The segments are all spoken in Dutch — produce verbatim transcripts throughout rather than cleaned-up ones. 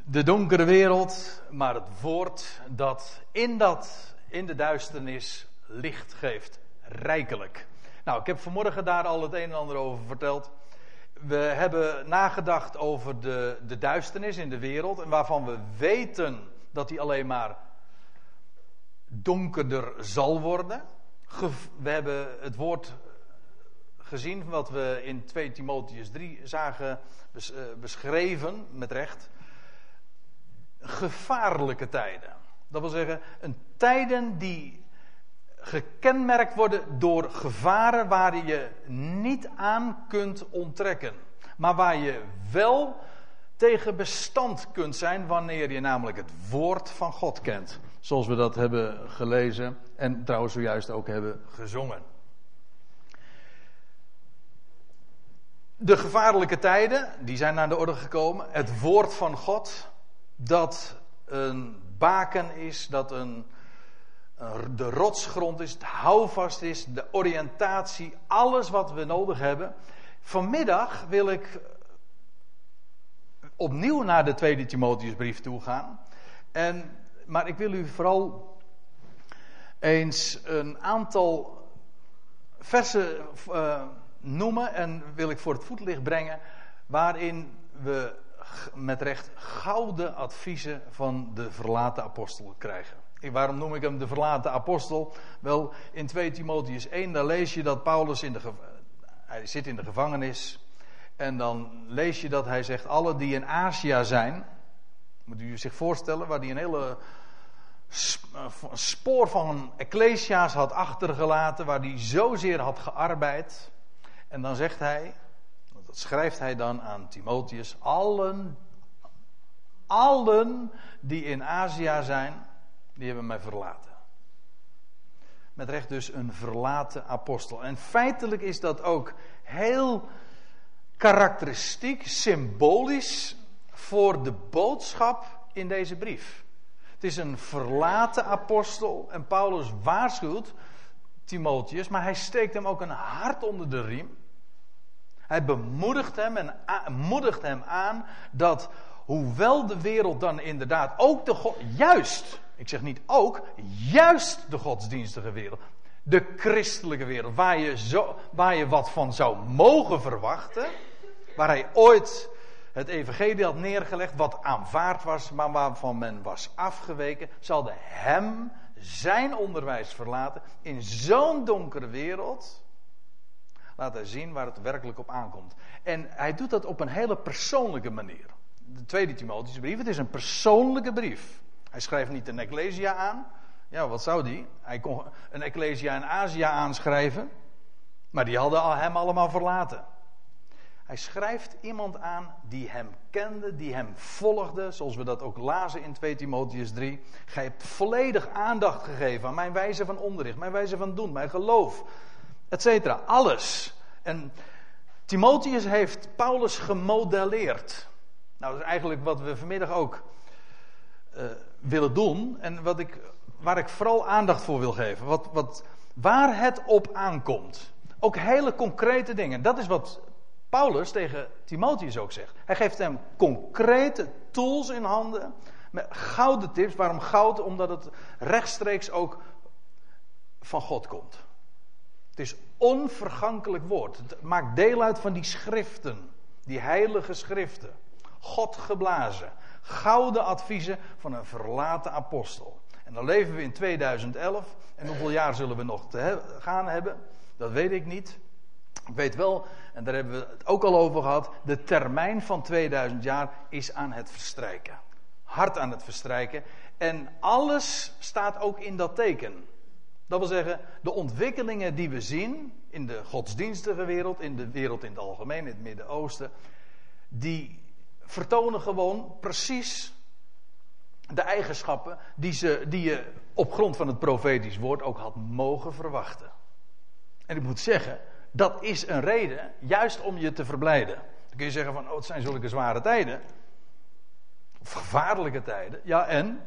De donkere wereld, maar het woord dat in, dat in de duisternis licht geeft. Rijkelijk. Nou, ik heb vanmorgen daar al het een en ander over verteld. We hebben nagedacht over de, de duisternis in de wereld. En waarvan we weten dat die alleen maar donkerder zal worden. We hebben het woord gezien wat we in twee Timotheüs drie zagen beschreven, met recht. Gevaarlijke tijden. Dat wil zeggen, een tijden die gekenmerkt worden door gevaren waar je niet aan kunt onttrekken. Maar waar je wel tegen bestand kunt zijn wanneer je namelijk het woord van God kent. Zoals we dat hebben gelezen en trouwens zojuist ook hebben gezongen. De gevaarlijke tijden, die zijn aan de orde gekomen. Het woord van God, dat een baken is, dat een, een, de rotsgrond is, het houvast is, de oriëntatie, alles wat we nodig hebben. Vanmiddag wil ik opnieuw naar de tweede Timotheusbrief toe gaan. En, maar ik wil u vooral eens een aantal versen uh, noemen en wil ik voor het voetlicht brengen waarin we met recht gouden adviezen van de verlaten apostel krijgen. Waarom noem ik hem de verlaten apostel? Wel, in twee Timotheüs één, daar lees je dat Paulus in de gev- hij zit in de gevangenis. En dan lees je dat hij zegt, alle die in Azië zijn, moet u zich voorstellen, waar hij een hele spoor van ecclesia's had achtergelaten, waar hij zozeer had gearbeid. En dan zegt hij, dat schrijft hij dan aan Timotheus, allen, allen die in Azië zijn, die hebben mij verlaten. Met recht dus een verlaten apostel. En feitelijk is dat ook heel karakteristiek, symbolisch voor de boodschap in deze brief. Het is een verlaten apostel en Paulus waarschuwt Timotheus, maar hij steekt hem ook een hart onder de riem. Hij bemoedigt hem en a- moedigt hem aan dat hoewel de wereld dan inderdaad ook de God, juist, ik zeg niet ook, juist de godsdienstige wereld, de christelijke wereld, waar je, zo, waar je wat van zou mogen verwachten, waar hij ooit het evangelie had neergelegd, wat aanvaard was, maar waarvan men was afgeweken, zal hem zijn onderwijs verlaten in zo'n donkere wereld. Laat hij zien waar het werkelijk op aankomt. En hij doet dat op een hele persoonlijke manier. De tweede Timotheusbrief, het is een persoonlijke brief. Hij schrijft niet een ecclesia aan. Ja, wat zou die? Hij kon een ecclesia in Azië aanschrijven. Maar die hadden hem allemaal verlaten. Hij schrijft iemand aan die hem kende, die hem volgde. Zoals we dat ook lazen in twee Timotheüs drie. Gij hebt volledig aandacht gegeven aan mijn wijze van onderricht, mijn wijze van doen, mijn geloof. Etcetera, alles. En Timotheus heeft Paulus gemodelleerd. Nou, dat is eigenlijk wat we vanmiddag ook uh, willen doen. En wat ik, waar ik vooral aandacht voor wil geven. Wat, wat, waar het op aankomt. Ook hele concrete dingen. Dat is wat Paulus tegen Timotheus ook zegt. Hij geeft hem concrete tools in handen. Met gouden tips. Waarom goud? Omdat het rechtstreeks ook van God komt. Het is onvergankelijk woord. Het maakt deel uit van die schriften. Die heilige schriften. God geblazen. Gouden adviezen van een verlaten apostel. En dan leven we in tweeduizend elf. En hoeveel jaar zullen we nog te he- gaan hebben? Dat weet ik niet. Ik weet wel, en daar hebben we het ook al over gehad. De termijn van tweeduizend jaar is aan het verstrijken. Hard aan het verstrijken. En alles staat ook in dat teken. Dat wil zeggen, de ontwikkelingen die we zien in de godsdienstige wereld, in de wereld in het algemeen, in het Midden-Oosten, die vertonen gewoon precies de eigenschappen die, ze, die je op grond van het profetisch woord ook had mogen verwachten. En ik moet zeggen, dat is een reden juist om je te verblijden. Dan kun je zeggen van, oh, het zijn zulke zware tijden. Of gevaarlijke tijden. Ja, en?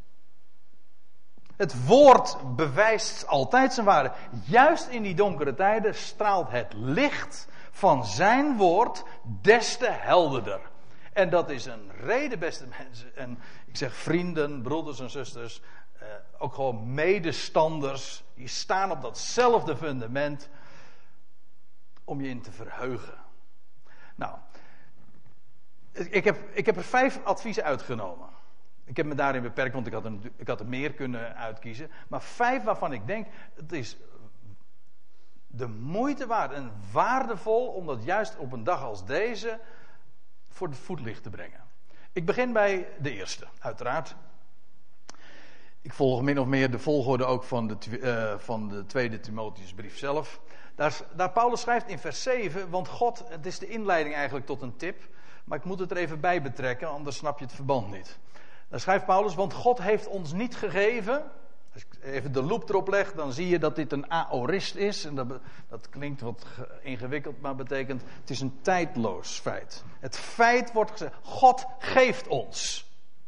Het woord bewijst altijd zijn waarde. Juist in die donkere tijden straalt het licht van zijn woord des te helderder. En dat is een reden, beste mensen. En ik zeg vrienden, broeders en zusters. Eh, ook gewoon medestanders. Die staan op datzelfde fundament. Om je in te verheugen. Nou. Ik heb, ik heb er vijf adviezen uitgenomen. Ik heb me daarin beperkt, want ik had, er, ik had er meer kunnen uitkiezen. Maar vijf waarvan ik denk, het is de moeite waard en waardevol om dat juist op een dag als deze voor het voetlicht te brengen. Ik begin bij de eerste, uiteraard. Ik volg min of meer de volgorde ook van de, uh, van de tweede Timotheusbrief zelf. Daar, daar Paulus schrijft in vers zeven, want God, het is de inleiding eigenlijk tot een tip, maar ik moet het er even bij betrekken, anders snap je het verband niet. Daar schrijft Paulus, want God heeft ons niet gegeven. Als ik even de loep erop leg, dan zie je dat dit een aorist is. En dat, dat klinkt wat ingewikkeld, maar betekent, het is een tijdloos feit. Het feit wordt gezegd, God geeft ons.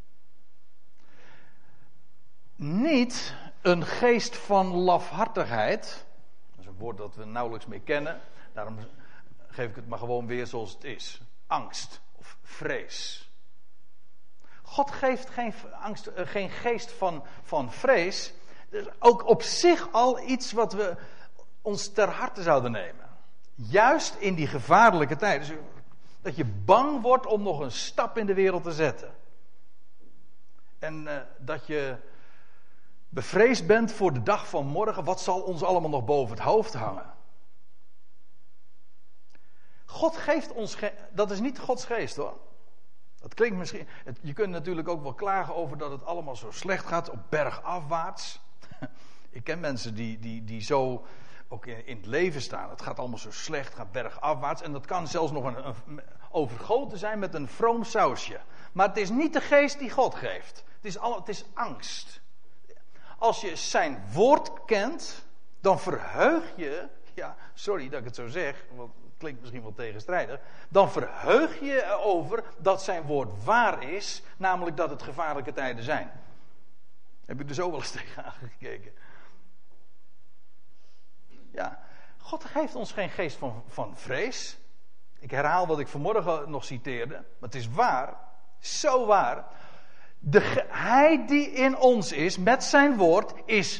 Niet een geest van lafhartigheid. Dat is een woord dat we nauwelijks meer kennen. Daarom geef ik het maar gewoon weer zoals het is. Angst of vrees. God geeft geen, angst, geen geest van, van vrees. Dus ook op zich al iets wat we ons ter harte zouden nemen. Juist in die gevaarlijke tijden. Dus dat je bang wordt om nog een stap in de wereld te zetten. En uh, dat je bevreesd bent voor de dag van morgen. Wat zal ons allemaal nog boven het hoofd hangen? God geeft ons... Ge- dat is niet Gods geest hoor. Dat klinkt misschien... Het, je kunt natuurlijk ook wel klagen over dat het allemaal zo slecht gaat op bergafwaarts. Ik ken mensen die, die, die zo ook in, in het leven staan. Het gaat allemaal zo slecht, het gaat bergafwaarts. En dat kan zelfs nog een, een, overgoten zijn met een vroom sausje. Maar het is niet de geest die God geeft. Het is, al, het is angst. Als je zijn woord kent, dan verheug je... Ja, sorry dat ik het zo zeg, want het klinkt misschien wel tegenstrijdig. Dan verheug je erover dat zijn woord waar is, namelijk dat het gevaarlijke tijden zijn. Heb ik er zo wel eens tegen aangekeken. Ja, God geeft ons geen geest van, van vrees. Ik herhaal wat ik vanmorgen nog citeerde, maar het is waar, zo waar. De, hij die in ons is, met zijn woord, is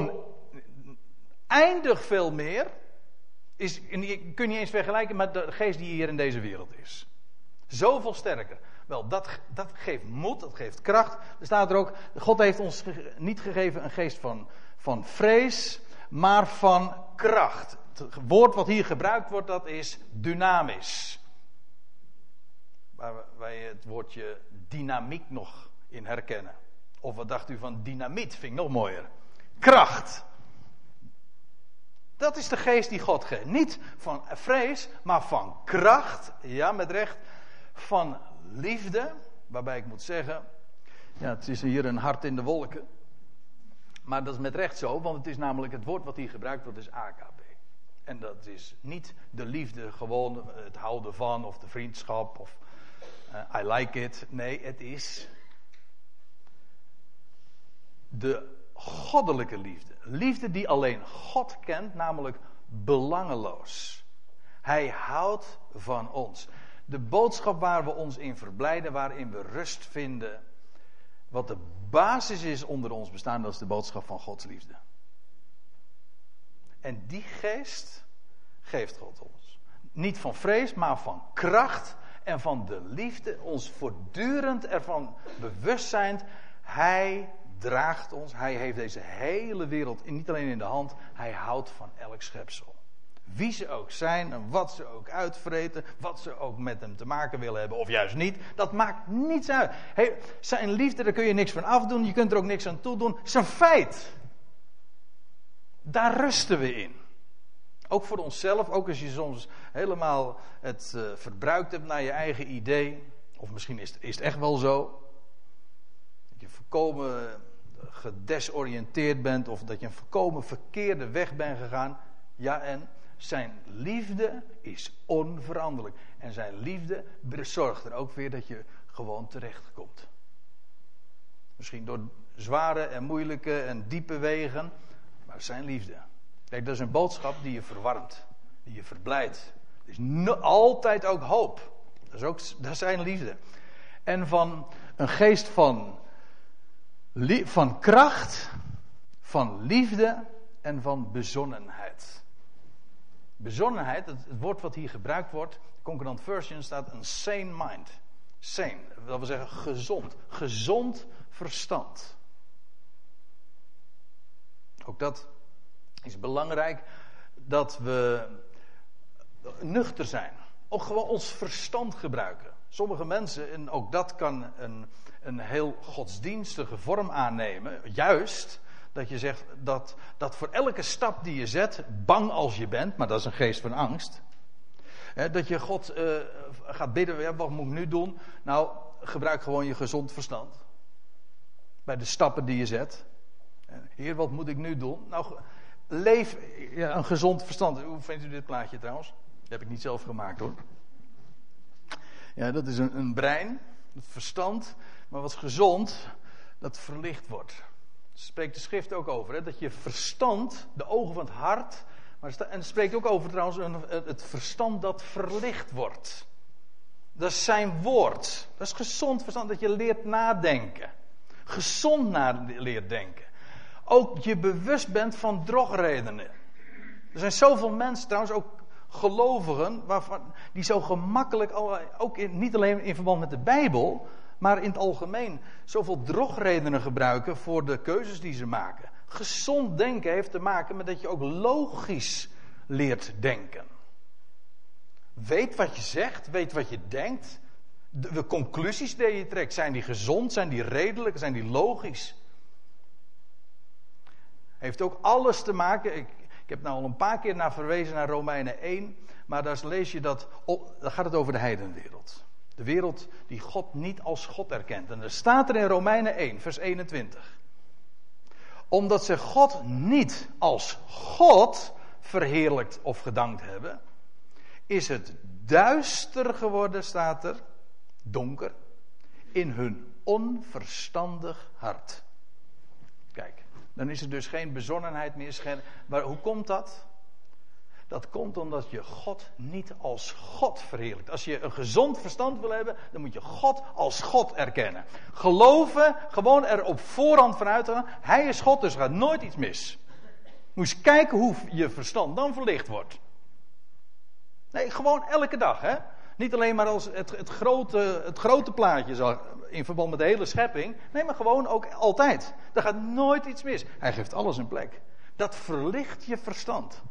oneindig veel meer. Is, kun je niet eens vergelijken met de geest die hier in deze wereld is. Zoveel sterker. Wel, dat, dat geeft moed, dat geeft kracht. Er staat er ook, God heeft ons ge, niet gegeven een geest van, van vrees, maar van kracht. Het woord wat hier gebruikt wordt, dat is dynamisch. Waar wij het woordje dynamiek nog in herkennen. Of wat dacht u van dynamiet? Vind ik nog mooier. Kracht. Dat is de geest die God geeft. Niet van vrees, maar van kracht. Ja, met recht. Van liefde. Waarbij ik moet zeggen, ja, het is hier een hart in de wolken. Maar dat is met recht zo, want het is namelijk het woord wat hier gebruikt wordt, is A K P. En dat is niet de liefde, gewoon het houden van, of de vriendschap, of uh, I like it. Nee, het is de goddelijke liefde. Liefde die alleen God kent, namelijk belangeloos. Hij houdt van ons. De boodschap waar we ons in verblijden, waarin we rust vinden. Wat de basis is onder ons bestaan, dat is de boodschap van Gods liefde. En die geest geeft God ons. Niet van vrees, maar van kracht en van de liefde. Ons voortdurend ervan bewust zijn. Hij draagt ons. Hij heeft deze hele wereld niet alleen in de hand. Hij houdt van elk schepsel. Wie ze ook zijn en wat ze ook uitvreten. Wat ze ook met hem te maken willen hebben of juist niet. Dat maakt niets uit. Hey, zijn liefde, daar kun je niks van afdoen. Je kunt er ook niks aan toedoen. Het is een feit. Daar rusten we in. Ook voor onszelf. Ook als je soms helemaal het uh, verbruikt hebt naar je eigen idee. Of misschien is het, is het echt wel zo. Dat je volkomen gedesoriënteerd bent. Of dat je een volkomen verkeerde weg bent gegaan. Ja, en zijn liefde is onveranderlijk. En zijn liefde zorgt er ook weer dat je gewoon terechtkomt. Misschien door zware en moeilijke en diepe wegen. Maar zijn liefde. Kijk, dat is een boodschap die je verwarmt. Die je verblijdt. Er is no- altijd ook hoop. Dat is ook dat is zijn liefde. En van een geest van, van kracht, van liefde en van bezonnenheid. Bezonnenheid, het, het woord wat hier gebruikt wordt, Concordant Version staat een sane mind. Sane, dat wil zeggen gezond. Gezond verstand. Ook dat is belangrijk, dat we nuchter zijn. Ook gewoon ons verstand gebruiken. Sommige mensen, en ook dat kan een, een heel godsdienstige vorm aannemen. Juist, dat je zegt dat, dat voor elke stap die je zet, bang als je bent, maar dat is een geest van angst. Hè, dat je God uh, gaat bidden, ja, wat moet ik nu doen? Nou, gebruik gewoon je gezond verstand. Bij de stappen die je zet. Heer, wat moet ik nu doen? Nou, leef ja, een gezond verstand. Hoe vindt u dit plaatje trouwens? Dat heb ik niet zelf gemaakt hoor. Ja, dat is een, een brein, het verstand, maar wat gezond, dat verlicht wordt. Daar spreekt de schrift ook over, hè? Dat je verstand, de ogen van het hart, maar en het spreekt ook over trouwens een, het verstand dat verlicht wordt. Dat is zijn woord. Dat is gezond verstand, dat je leert nadenken. Gezond na leert denken. Ook je bewust bent van drogredenen. Er zijn zoveel mensen, trouwens ook gelovigen, waarvan, die zo gemakkelijk, ook in, niet alleen in verband met de Bijbel, maar in het algemeen, zoveel drogredenen gebruiken voor de keuzes die ze maken. Gezond denken heeft te maken met dat je ook logisch leert denken. Weet wat je zegt, weet wat je denkt. De conclusies die je trekt, zijn die gezond, zijn die redelijk, zijn die logisch? Heeft ook alles te maken, ik, ik heb nou al een paar keer naar verwezen naar Romeinen één, maar daar lees je dat, daar gaat het over de heidenwereld. De wereld die God niet als God erkent. En er staat er in Romeinen één, vers eenentwintig. Omdat ze God niet als God verheerlijkt of gedankt hebben, is het duister geworden, staat er, donker, in hun onverstandig hart. Kijk, dan is er dus geen bezonnenheid meer. Geen, maar hoe komt dat? Dat komt omdat je God niet als God verheerlijkt. Als je een gezond verstand wil hebben, dan moet je God als God erkennen. Geloven, gewoon er op voorhand vanuit gaan. Hij is God, dus er gaat nooit iets mis. Moet eens kijken hoe je verstand dan verlicht wordt. Nee, gewoon elke dag, hè. Niet alleen maar als het, het, grote, het grote plaatje in verband met de hele schepping. Nee, maar gewoon ook altijd. Er gaat nooit iets mis. Hij geeft alles een plek. Dat verlicht je verstand.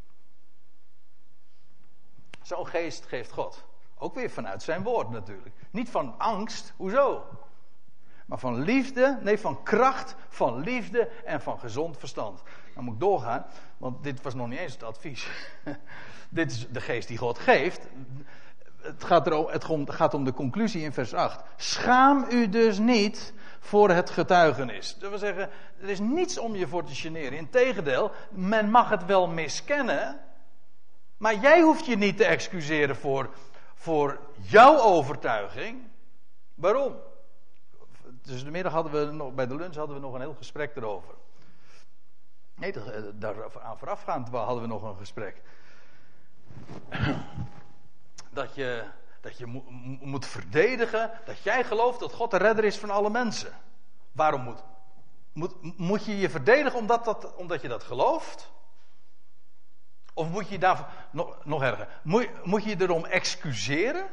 Zo'n geest geeft God. Ook weer vanuit zijn woord natuurlijk. Niet van angst, hoezo? Maar van liefde, nee van kracht, van liefde en van gezond verstand. Dan moet ik doorgaan, want dit was nog niet eens het advies. Dit is de geest die God geeft. Het gaat, erom, het gaat om de conclusie in vers acht. Schaam u dus niet voor het getuigenis. Dat wil zeggen, er is niets om je voor te generen. Integendeel, men mag het wel miskennen. Maar jij hoeft je niet te excuseren voor, voor jouw overtuiging. Waarom? Dus de middag hadden we nog, bij de lunch hadden we nog een heel gesprek erover. Nee, daar aan voorafgaand hadden we nog een gesprek. Dat je, dat je mo- moet verdedigen dat jij gelooft dat God de redder is van alle mensen. Waarom moet, moet, moet je je verdedigen omdat, dat, omdat je dat gelooft? Of moet je daarvoor, nog, nog erger, moet, moet je je erom excuseren?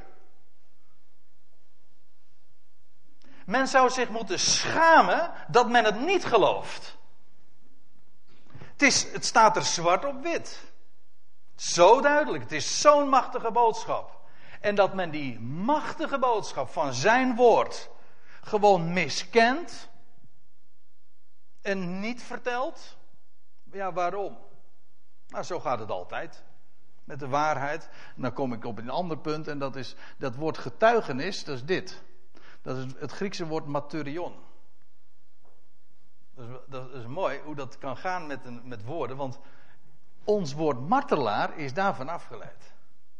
Men zou zich moeten schamen dat men het niet gelooft. Het, is, het staat er zwart op wit. Zo duidelijk. Het is zo'n machtige boodschap. En dat men die machtige boodschap van zijn woord gewoon miskent en niet vertelt. Ja, waarom? Nou, zo gaat het altijd. Met de waarheid. En dan kom ik op een ander punt en dat is dat woord getuigenis, dat is dit. Dat is het Griekse woord martyrion. Dat is, dat is mooi hoe dat kan gaan met, een, met woorden, want ons woord martelaar is daarvan afgeleid.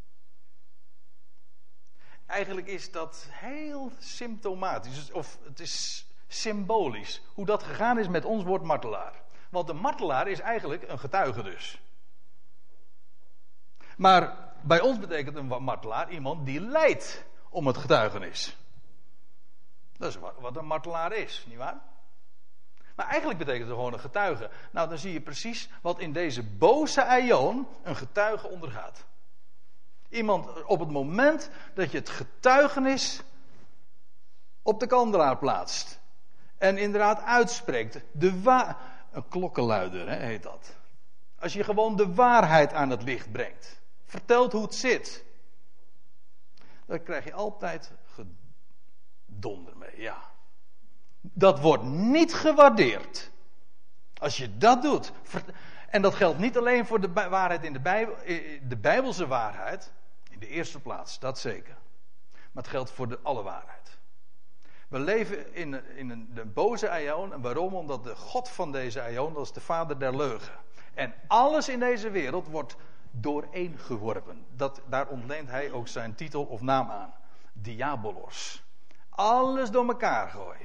Eigenlijk is dat heel symptomatisch, of het is symbolisch, hoe dat gegaan is met ons woord martelaar. Want een martelaar is eigenlijk een getuige dus. Maar bij ons betekent een martelaar iemand die lijdt om het getuigenis. Dat is wat, wat een martelaar is, nietwaar? Maar eigenlijk betekent het gewoon een getuige. Nou, dan zie je precies wat in deze boze aion een getuige ondergaat. Iemand op het moment dat je het getuigenis op de kandelaar plaatst. En inderdaad uitspreekt. De wa- een klokkenluider hè, heet dat. Als je gewoon de waarheid aan het licht brengt. Vertelt hoe het zit. Dan krijg je altijd gedonder mee, ja. Dat wordt niet gewaardeerd. Als je dat doet. En dat geldt niet alleen voor de waarheid in de Bijbel, de Bijbelse waarheid. In de eerste plaats, dat zeker. Maar het geldt voor de alle waarheid. We leven in, in een de boze aion. En waarom? Omdat de God van deze aion, dat is de vader der leugen. En alles in deze wereld wordt dooreengeworpen. Dat, daar ontleent hij ook zijn titel of naam aan. Diabolos. Alles door elkaar gooien.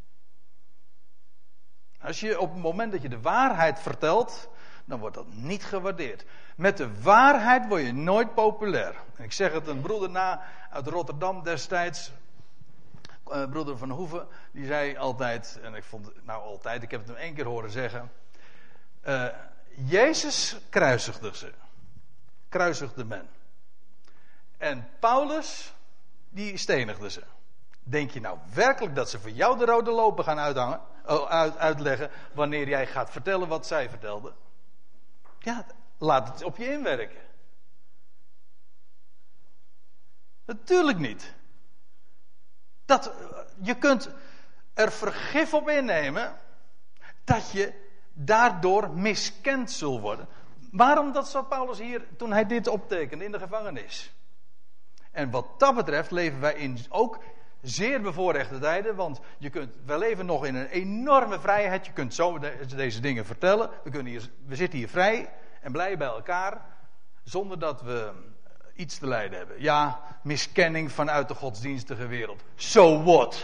Als je op het moment dat je de waarheid vertelt, dan wordt dat niet gewaardeerd. Met de waarheid word je nooit populair. En ik zeg het een broeder na uit Rotterdam destijds, uh, broeder Van Hoeven, die zei altijd, en ik vond het nou altijd, ik heb het hem één keer horen zeggen, uh, Jezus kruisigde ze. Kruisigde men. En Paulus, die stenigde ze. Denk je nou werkelijk dat ze voor jou de rode lopen gaan uithangen, uit, uitleggen wanneer jij gaat vertellen wat zij vertelden? Ja, laat het op je inwerken. Natuurlijk niet. Dat, je kunt er vergif op innemen dat je daardoor miskend zult worden. Waarom? Dat zat Paulus hier toen hij dit optekende in de gevangenis. En wat dat betreft leven wij in ook zeer bevoorrechte tijden, want je kunt, we leven nog in een enorme vrijheid. Je kunt zo de, deze dingen vertellen. We, kunnen hier, we zitten hier vrij en blij bij elkaar, zonder dat we iets te lijden hebben. Ja, miskenning vanuit de godsdienstige wereld. So what?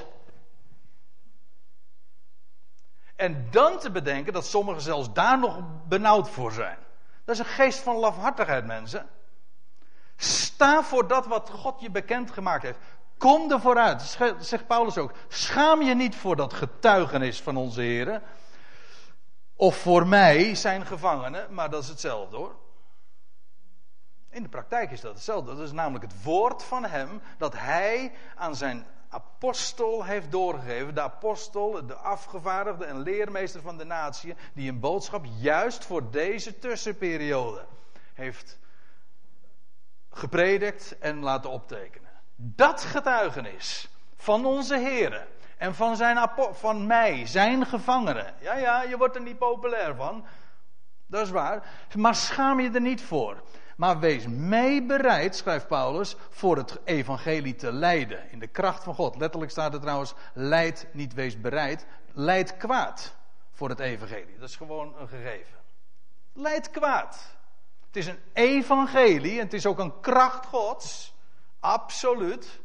En dan te bedenken dat sommigen zelfs daar nog benauwd voor zijn. Dat is een geest van lafhartigheid, mensen. Sta voor dat wat God je bekend gemaakt heeft. Kom er vooruit, zegt Paulus ook. Schaam je niet voor dat getuigenis van onze Heer. Of voor mij, zijn gevangenen, maar dat is hetzelfde hoor. In de praktijk is dat hetzelfde. Dat is namelijk het woord van hem dat hij aan zijn apostel heeft doorgegeven. De apostel, de afgevaardigde en leermeester van de natie, die een boodschap juist voor deze tussenperiode heeft gepredikt en laten optekenen. Dat getuigenis van onze Heere en van, zijn apo- van mij, zijn gevangenen. Ja, ja, je wordt er niet populair van. Dat is waar. Maar schaam je er niet voor. Maar wees mee bereid, schrijft Paulus, voor het evangelie te lijden. In de kracht van God. Letterlijk staat er trouwens, lijd niet wees bereid. Lijd kwaad voor het evangelie. Dat is gewoon een gegeven. Lijd kwaad. Het is een evangelie en het is ook een kracht Gods. Absoluut.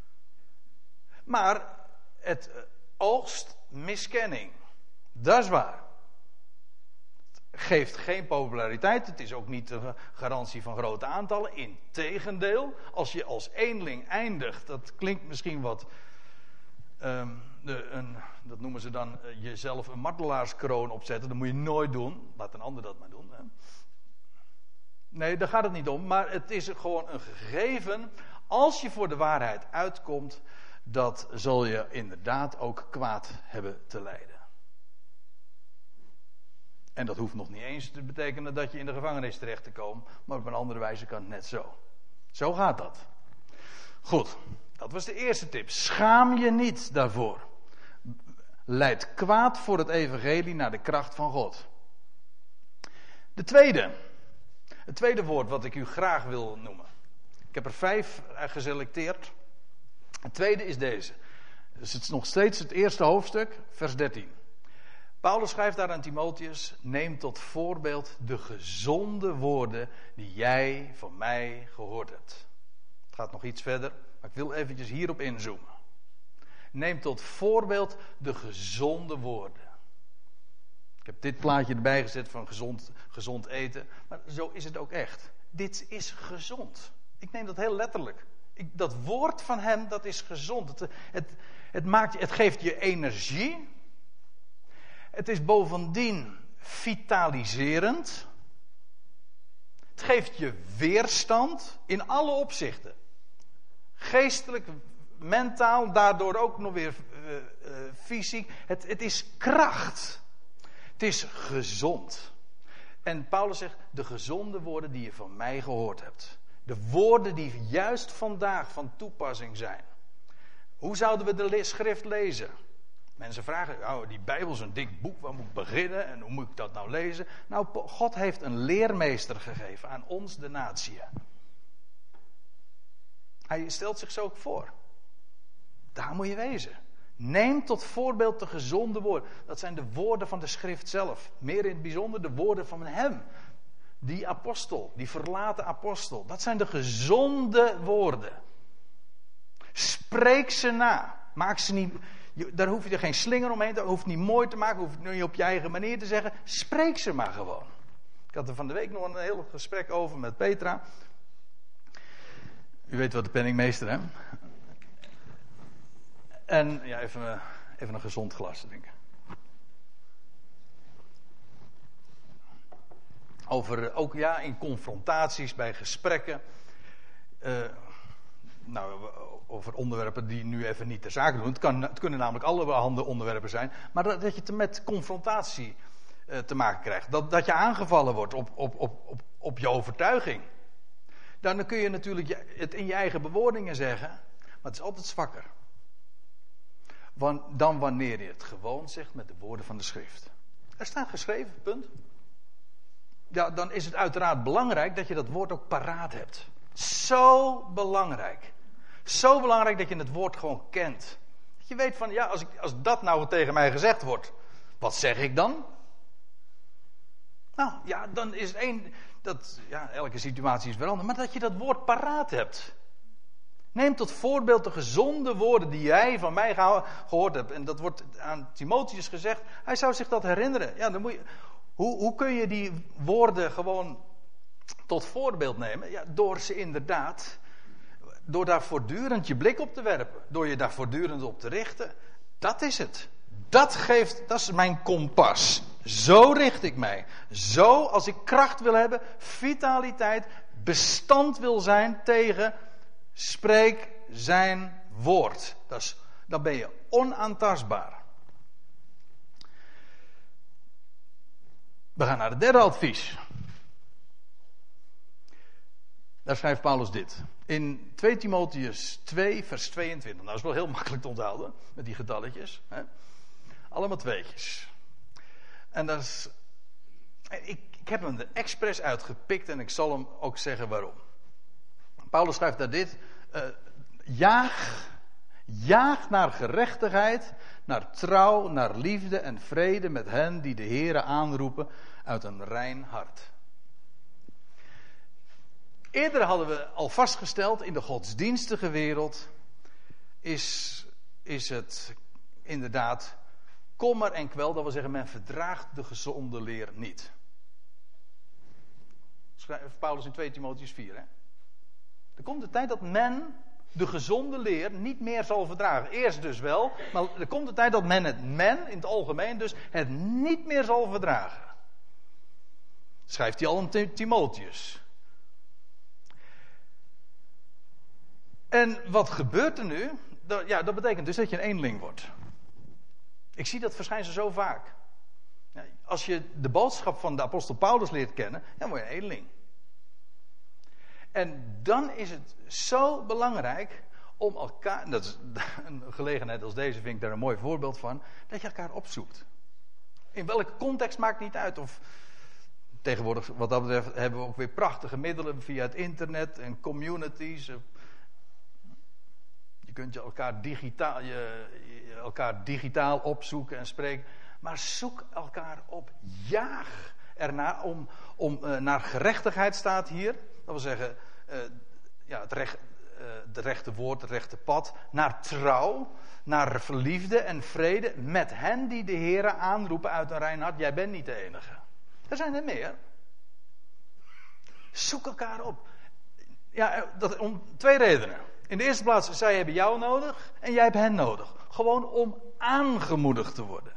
Maar het oogst miskenning. Dat is waar. Het geeft geen populariteit. Het is ook niet de garantie van grote aantallen. Integendeel, als je als eenling eindigt, dat klinkt misschien wat, um, de, een, dat noemen ze dan uh, jezelf een martelaarskroon opzetten. Dat moet je nooit doen. Laat een ander dat maar doen. Hè. Nee, daar gaat het niet om. Maar het is gewoon een gegeven. Als je voor de waarheid uitkomt, dat zal je inderdaad ook kwaad hebben te lijden. En dat hoeft nog niet eens te betekenen dat je in de gevangenis terecht te komen. Maar op een andere wijze kan het net zo. Zo gaat dat. Goed, dat was de eerste tip. Schaam je niet daarvoor. Leid kwaad voor het evangelie naar de kracht van God. De tweede. Het tweede woord wat ik u graag wil noemen. Ik heb er vijf geselecteerd. Het tweede is deze. Dus het is nog steeds het eerste hoofdstuk, vers dertien. Paulus schrijft daar aan Timotheus: neem tot voorbeeld de gezonde woorden die jij van mij gehoord hebt. Het gaat nog iets verder, maar ik wil eventjes hierop inzoomen. Neem tot voorbeeld de gezonde woorden. Ik heb dit plaatje erbij gezet van gezond, gezond eten, maar zo is het ook echt. Dit is gezond. Ik neem dat heel letterlijk. Ik, dat woord van hem, dat is gezond. Het, het, het, maakt, het geeft je energie. Het is bovendien vitaliserend. Het geeft je weerstand in alle opzichten. Geestelijk, mentaal, daardoor ook nog weer uh, uh, fysiek. Het, het is kracht. Het is gezond. En Paulus zegt, de gezonde woorden die je van mij gehoord hebt. De woorden die juist vandaag van toepassing zijn. Hoe zouden we de schrift lezen? Mensen vragen, oh, die Bijbel is een dik boek, waar moet ik beginnen en hoe moet ik dat nou lezen? Nou, God heeft een leermeester gegeven aan ons, de natie. Hij stelt zich zo ook voor. Daar moet je wezen. Neem tot voorbeeld de gezonde woorden. Dat zijn de woorden van de schrift zelf. Meer in het bijzonder de woorden van hem. Die apostel, die verlaten apostel. Dat zijn de gezonde woorden. Spreek ze na. Maak ze niet... Daar hoef je er geen slinger omheen te... hoeft niet mooi te maken, hoeft niet op je eigen manier te zeggen. Spreek ze maar gewoon. Ik had er van de week nog een heel gesprek over met Petra. U weet wat de penningmeester, hè? En ja, even, even een gezond glas, denk ik. Over, ook ja, in confrontaties, bij gesprekken. Uh, nou, over onderwerpen die nu even niet ter zake doen. Het, kan, het kunnen namelijk allerhande onderwerpen zijn. Maar dat, dat je te, met confrontatie uh, te maken krijgt. Dat, dat je aangevallen wordt op, op, op, op, op je overtuiging. Dan kun je natuurlijk het in je eigen bewoordingen zeggen. Maar het is altijd zwakker. Want, dan wanneer je het gewoon zegt met de woorden van de schrift. Er staat geschreven, punt. Ja, dan is het uiteraard belangrijk dat je dat woord ook paraat hebt. Zo belangrijk. Zo belangrijk dat je het woord gewoon kent. Dat je weet van, ja, als, ik, als dat nou tegen mij gezegd wordt, wat zeg ik dan? Nou, ja, dan is het één, dat, ja, elke situatie is veranderd, maar dat je dat woord paraat hebt. Neem tot voorbeeld de gezonde woorden die jij van mij gehoord hebt. En dat wordt aan Timotheus gezegd, hij zou zich dat herinneren. Ja, dan moet je... Hoe, hoe kun je die woorden gewoon tot voorbeeld nemen? Ja, door ze inderdaad, door daar voortdurend je blik op te werpen. Door je daar voortdurend op te richten. Dat is het. Dat geeft, dat is mijn kompas. Zo richt ik mij. Zo, als ik kracht wil hebben, vitaliteit, bestand wil zijn tegen, spreek zijn woord. Dat is, dan ben je onaantastbaar. We gaan naar het derde advies. Daar schrijft Paulus dit. In twee Timotheus twee, vers tweeëntwintig. Nou, dat is wel heel makkelijk te onthouden. Met die getalletjes. Hè? Allemaal tweetjes. En dat is... Ik, ik heb hem er expres uitgepikt. En ik zal hem ook zeggen waarom. Paulus schrijft daar dit. Uh, jaag... Jaag naar gerechtigheid, naar trouw, naar liefde en vrede met hen die de Heere aanroepen uit een rein hart. Eerder hadden we al vastgesteld, in de godsdienstige wereld is, is het inderdaad kommer en kwel. Dat wil zeggen, men verdraagt de gezonde leer niet. Schrijft Paulus in twee Timotheus vier. Hè? Er komt de tijd dat men de gezonde leer niet meer zal verdragen. Eerst dus wel, maar er komt de tijd dat men het men, in het algemeen dus, het niet meer zal verdragen. Schrijft hij al in Timotheus. En wat gebeurt er nu? Dat, ja, dat betekent dus dat je een eenling wordt. Ik zie dat verschijnsel zo vaak. Als je de boodschap van de apostel Paulus leert kennen, dan word je een eenling. En dan is het zo belangrijk om elkaar, dat is een gelegenheid als deze vind ik daar een mooi voorbeeld van, dat je elkaar opzoekt. In welke context maakt niet uit. Of tegenwoordig, wat dat betreft, hebben we ook weer prachtige middelen via het internet en communities. Je kunt je elkaar digitaal, je, je elkaar digitaal opzoeken en spreken. Maar zoek elkaar op. Jaag ernaar om, om uh, naar gerechtigheid staat hier. Dat wil zeggen, uh, ja, het recht, uh, het rechte woord, het rechte pad. Naar trouw, naar liefde en vrede met hen die de Heere aanroepen uit een rein hart. Jij bent niet de enige. Er zijn er meer. Zoek elkaar op. Ja, dat, om twee redenen. In de eerste plaats, zij hebben jou nodig en jij hebt hen nodig. Gewoon om aangemoedigd te worden.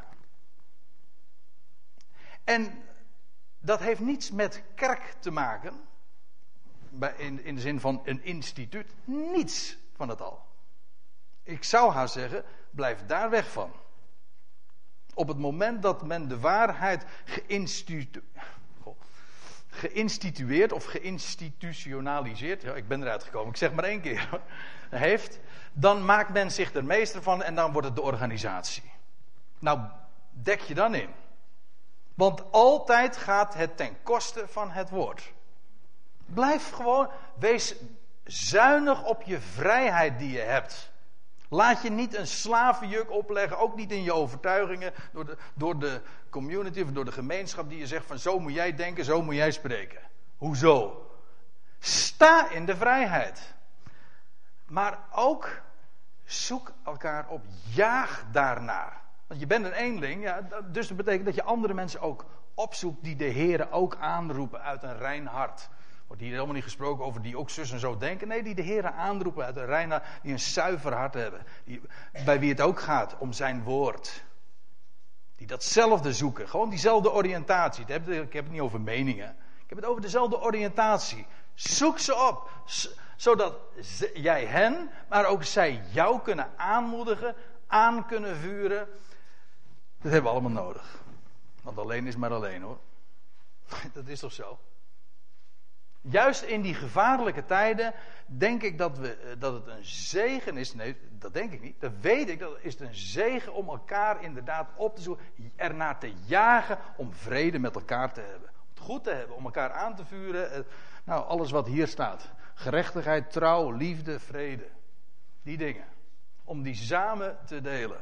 En dat heeft niets met kerk te maken. In, in de zin van een instituut. Niets van het al. Ik zou haar zeggen, blijf daar weg van. Op het moment dat men de waarheid geïnstitu- geïnstitueerd of geïnstitutionaliseerd, ja, ik ben eruit gekomen, ik zeg maar één keer, heeft, dan maakt men zich er meester van en dan wordt het de organisatie. Nou, dek je dan in. Want altijd gaat het ten koste van het woord. Blijf gewoon, wees zuinig op je vrijheid die je hebt. Laat je niet een slavenjuk opleggen, ook niet in je overtuigingen, door de, door de community of door de gemeenschap die je zegt van zo moet jij denken, zo moet jij spreken. Hoezo? Sta in de vrijheid. Maar ook zoek elkaar op, jaag daarnaar. Want je bent een eenling, ja, dus dat betekent dat je andere mensen ook opzoekt die de Heere ook aanroepen uit een rein hart. Wordt hier helemaal niet gesproken over die ook zus en zo denken. Nee, die de Heere aanroepen uit een rein hart, die een zuiver hart hebben. Die, bij wie het ook gaat om zijn woord. Die datzelfde zoeken, gewoon diezelfde oriëntatie. Ik heb het niet over meningen. Ik heb het over dezelfde oriëntatie. Zoek ze op, zodat jij hen, maar ook zij jou kunnen aanmoedigen, aan kunnen vuren. Dat hebben we allemaal nodig. Want alleen is maar alleen, hoor. Dat is toch zo? Juist in die gevaarlijke tijden denk ik dat, we, dat het een zegen is. Nee, dat denk ik niet. Dat weet ik. Dat is het een zegen om elkaar inderdaad op te zoeken. Ernaar te jagen om vrede met elkaar te hebben. Om het goed te hebben. Om elkaar aan te vuren. Nou, alles wat hier staat. Gerechtigheid, trouw, liefde, vrede. Die dingen. Om die samen te delen.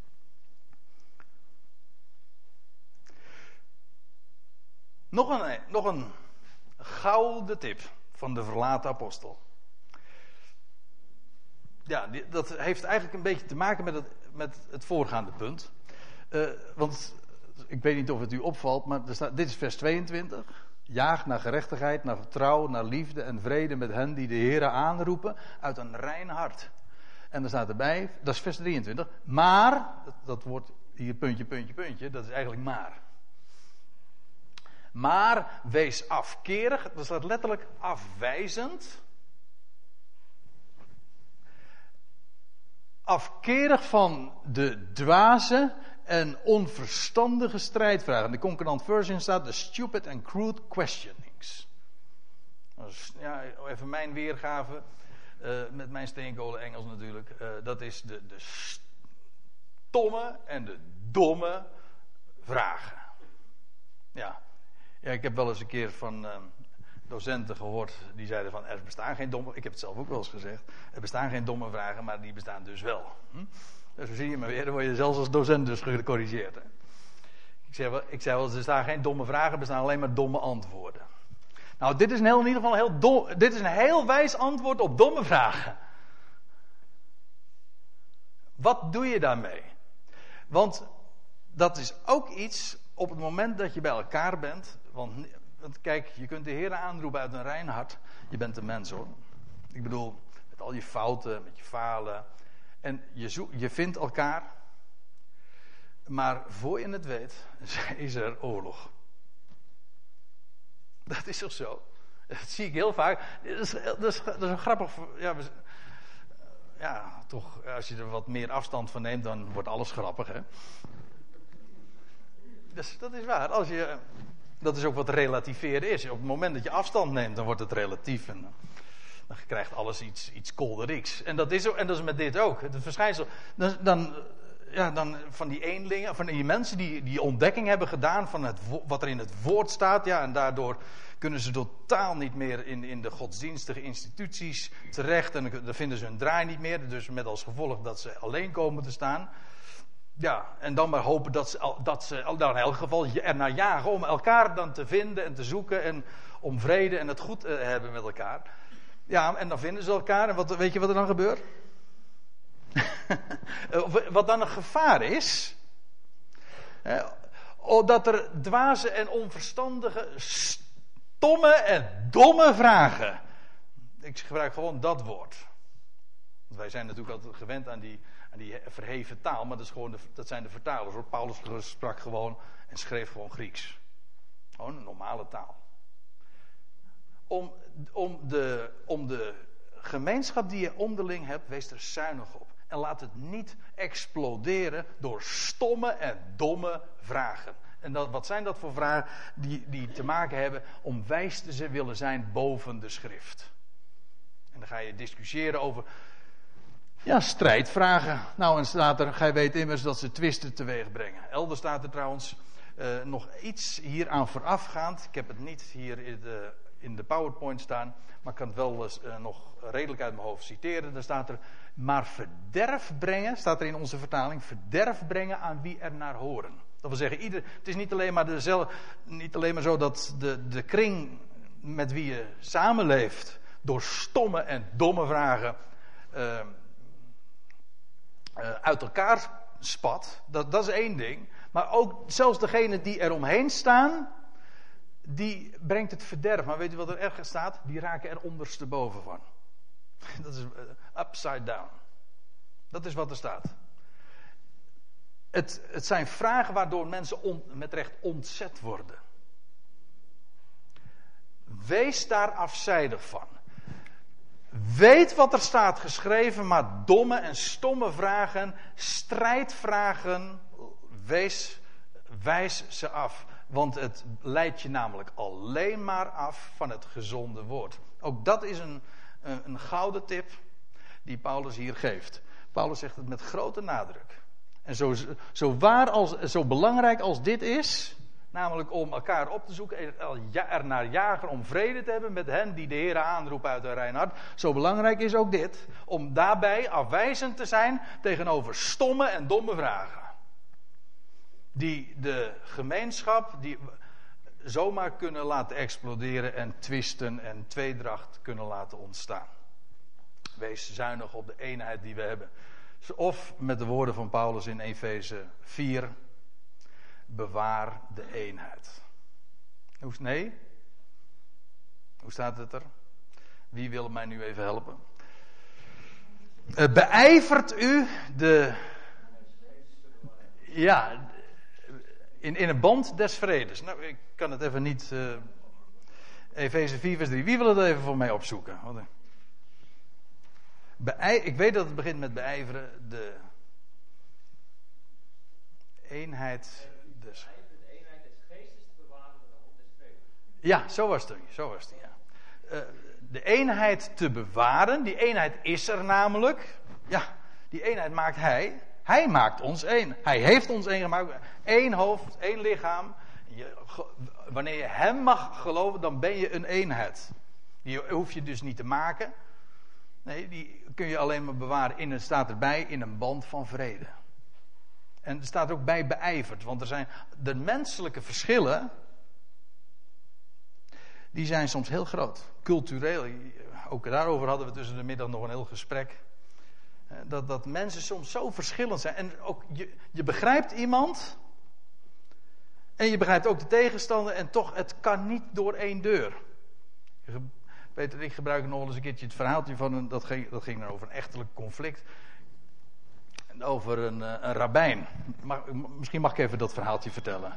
Nog een, nog een gouden tip van de verlaten apostel. Ja, die, dat heeft eigenlijk een beetje te maken met het, met het voorgaande punt. Uh, want ik weet niet of het u opvalt, maar er staat, dit is vers tweeëntwintig. Jaag naar gerechtigheid, naar trouw, naar liefde en vrede met hen die de Heere aanroepen uit een rein hart. En er staat erbij, dat is vers drieëntwintig. Maar, dat, dat wordt hier puntje, puntje, puntje, dat is eigenlijk maar. Maar wees afkerig, dat staat letterlijk afwijzend. Afkerig van de dwaze en onverstandige strijdvragen. In de Concordant Version staat de stupid and crude questionings. Dus, ja, even mijn weergave, uh, met mijn steenkolen Engels natuurlijk. Uh, dat is de, de stomme en de domme vragen. Ja. Ja, ik heb wel eens een keer van uh, docenten gehoord die zeiden van er bestaan geen domme, ik heb het zelf ook wel eens gezegd, er bestaan geen domme vragen, maar die bestaan dus wel. Hm? Dus dan zie je maar weer, dan word je zelfs als docent dus gecorrigeerd. Hè? Ik zei wel, ik zei wel, er bestaan geen domme vragen, er bestaan alleen maar domme antwoorden. Nou, dit is een heel, in ieder geval een heel dom, dit is een heel wijs antwoord op domme vragen. Wat doe je daarmee? Want dat is ook iets op het moment dat je bij elkaar bent. Want, want kijk, je kunt de Heer aanroepen uit een rein hart. Je bent een mens, hoor. Ik bedoel, met al je fouten, met je falen. En je, zoek, je vindt elkaar. Maar voor je het weet, is er oorlog. Dat is toch zo? Dat zie ik heel vaak. Dat is, dat is, dat is een grappig. Ja, we, ja, toch, als je er wat meer afstand van neemt, dan wordt alles grappig, hè? Dus dat is waar. Als je, dat is ook wat relativeren is. Op het moment dat je afstand neemt, dan wordt het relatief. En dan krijgt alles iets, iets kolderiks. En dat is, en dat is met dit ook. Het verschijnsel. Dan, dan, ja, dan van die eenlingen, van die mensen die die ontdekking hebben gedaan van het, wat er in het woord staat. Ja, en daardoor kunnen ze totaal niet meer in, in de godsdienstige instituties terecht. En dan vinden ze hun draai niet meer. Dus met als gevolg dat ze alleen komen te staan. Ja, en dan maar hopen dat ze, dat ze dan in elk geval ernaar jagen om elkaar dan te vinden en te zoeken en om vrede en het goed te hebben met elkaar. Ja, en dan vinden ze elkaar en wat, weet je wat er dan gebeurt? Wat dan een gevaar is, hè, dat er dwaze en onverstandige, stomme en domme vragen. Ik gebruik gewoon dat woord. Want wij zijn natuurlijk altijd gewend aan die, aan die verheven taal, maar dat, is gewoon de, dat zijn de vertalers. Hoor. Paulus sprak gewoon en schreef gewoon Grieks. Gewoon een normale taal. Om, om, de, om de gemeenschap die je onderling hebt, wees er zuinig op. En laat het niet exploderen door stomme en domme vragen. En dat, wat zijn dat voor vragen die, die te maken hebben om wijs te willen zijn boven de schrift. En dan ga je discussiëren over, ja, strijdvragen. Nou, en staat er, gij weet immers dat ze twisten teweeg brengen. Elders staat er trouwens uh, nog iets hieraan voorafgaand. Ik heb het niet hier in de, in de PowerPoint staan, maar ik kan het wel uh, nog redelijk uit mijn hoofd citeren. Daar staat er, maar verderf brengen, staat er in onze vertaling, verderf brengen aan wie er naar horen. Dat wil zeggen, ieder, het is niet alleen maar, dezelfde, niet alleen maar zo dat de, de kring met wie je samenleeft door stomme en domme vragen uh, uh, uit elkaar spat. Dat, dat is één ding. Maar ook zelfs degene die er omheen staan, die brengt het verderf. Maar weet u wat er ergens staat? Die raken er ondersteboven van. Dat is uh, upside down. Dat is wat er staat. Het, het zijn vragen waardoor mensen on, met recht ontzet worden. Wees daar afzijdig van. Weet wat er staat geschreven, maar domme en stomme vragen, strijdvragen, wees, wijs ze af. Want het leidt je namelijk alleen maar af van het gezonde woord. Ook dat is een, een, een gouden tip die Paulus hier geeft. Paulus zegt het met grote nadruk. En zo, zo waar als, zo belangrijk als dit is, namelijk om elkaar op te zoeken, er naar jagen om vrede te hebben met hen die de Heer aanroepen uit hun rein hart. Zo belangrijk is ook dit, om daarbij afwijzend te zijn tegenover stomme en domme vragen. Die de gemeenschap die zomaar kunnen laten exploderen en twisten en tweedracht kunnen laten ontstaan. Wees zuinig op de eenheid die we hebben. Of met de woorden van Paulus in Efeze vier. Bewaar de eenheid. Hoe, nee? Hoe staat het er? Wie wil mij nu even helpen? Uh, beijvert u de... Ja, in, in een band des vredes. Nou, ik kan het even niet... Uh, Efeze vier vers drie. Wie wil het even voor mij opzoeken? Wat, Beij, ik weet dat het begint met beijveren. De eenheid des... De eenheid des geestes te bewaren door de hand des vredes. Ja, zo was het. Zo was het, ja. Uh, de eenheid te bewaren. Die eenheid is er namelijk. Ja, die eenheid maakt hij. Hij maakt ons één. Hij heeft ons één gemaakt. Eén hoofd, één lichaam. Je, wanneer je hem mag geloven, dan ben je een eenheid. Die hoef je dus niet te maken. Nee, die kun je alleen maar bewaren. In het staat erbij in een band van vrede. En er staat ook bij beijverd. Want er zijn de menselijke verschillen. Die zijn soms heel groot. Cultureel. Ook daarover hadden we tussen de middag nog een heel gesprek. Dat, dat mensen soms zo verschillend zijn. En ook je, je begrijpt iemand. En je begrijpt ook de tegenstander. En toch, het kan niet door één deur. Peter, ik gebruik nog wel eens een keertje het verhaaltje van een, dat ging, dat ging dan over een echtelijk conflict. En over een, een rabbijn. Mag, misschien mag ik even dat verhaaltje vertellen.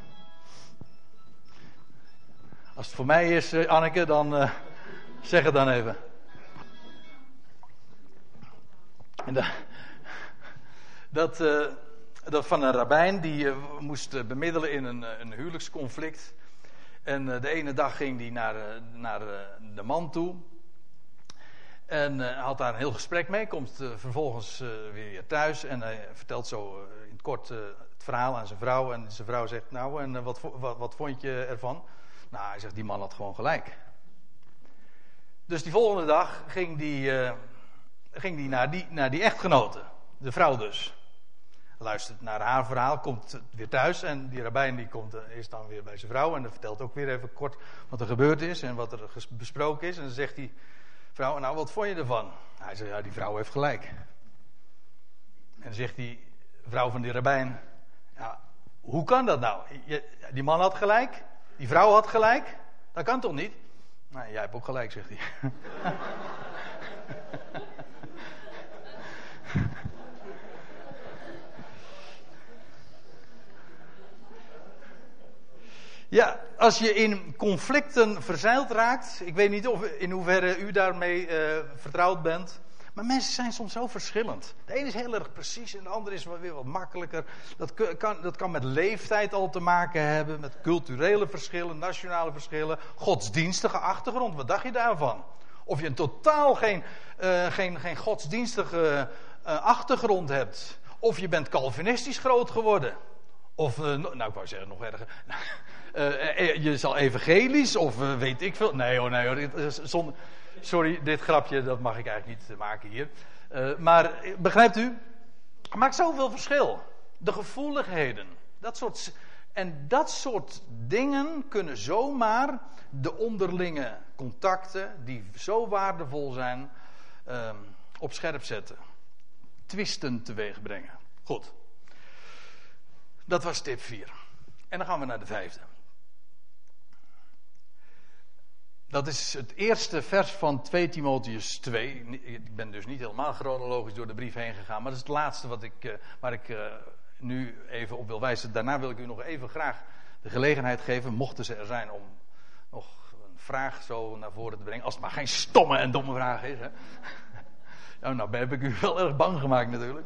Als het voor mij is, Anneke, dan uh, zeg het dan even. En dat, dat, uh, dat van een rabbijn die uh, moest uh, bemiddelen in een, een huwelijksconflict. En uh, de ene dag ging hij naar, uh, naar uh, de man toe. En uh, had daar een heel gesprek mee. Komt uh, vervolgens uh, weer thuis. En hij vertelt zo uh, in het kort uh, het verhaal aan zijn vrouw. En zijn vrouw zegt, nou, en uh, wat, wat, wat vond je ervan? Nou, hij zegt, die man had gewoon gelijk. Dus die volgende dag ging die, uh, ging die, naar, die naar die echtgenote. De vrouw dus. Luistert naar haar verhaal, komt weer thuis. En die rabbijn die komt, uh, is dan weer bij zijn vrouw. En dan vertelt ook weer even kort wat er gebeurd is. En wat er ges- besproken is. En dan zegt die vrouw, nou, wat vond je ervan? Hij zegt, ja, die vrouw heeft gelijk. En dan zegt die vrouw van die rabbijn, ja, hoe kan dat nou? Je, die man had gelijk. Die vrouw had gelijk. Dat kan toch niet? Nou, jij hebt ook gelijk, zegt hij. Ja, als je in conflicten verzeild raakt, ik weet niet of, in hoeverre u daarmee uh, vertrouwd bent, maar mensen zijn soms zo verschillend. De ene is heel erg precies en de andere is weer wat makkelijker. Dat kan, dat kan met leeftijd al te maken hebben, met culturele verschillen, nationale verschillen, godsdienstige achtergrond. Wat dacht je daarvan? Of je een totaal geen, uh, geen, geen godsdienstige uh, achtergrond hebt. Of je bent Calvinistisch groot geworden. Of, uh, nou ik wou zeggen nog erger. Uh, je zal evangelisch of uh, weet ik veel. Nee hoor, nee hoor. Dit, uh, zonder, sorry, dit grapje dat mag ik eigenlijk niet maken hier. Uh, maar begrijpt u? Het maakt zoveel verschil. De gevoeligheden. Dat soort, en dat soort dingen kunnen zomaar de onderlinge contacten, die zo waardevol zijn, uh, op scherp zetten. Twisten teweeg brengen. Goed. Dat was tip vier. En dan gaan we naar de vijfde. Dat is het eerste vers van twee Timotheüs twee. Ik ben dus niet helemaal chronologisch door de brief heen gegaan. Maar dat is het laatste wat ik, uh, waar ik uh, nu even op wil wijzen. Daarna wil ik u nog even graag de gelegenheid geven, mochten ze er zijn, om nog een vraag zo naar voren te brengen. Als het maar geen stomme en domme vraag is. Hè? Nou, nou heb ik u wel erg bang gemaakt natuurlijk.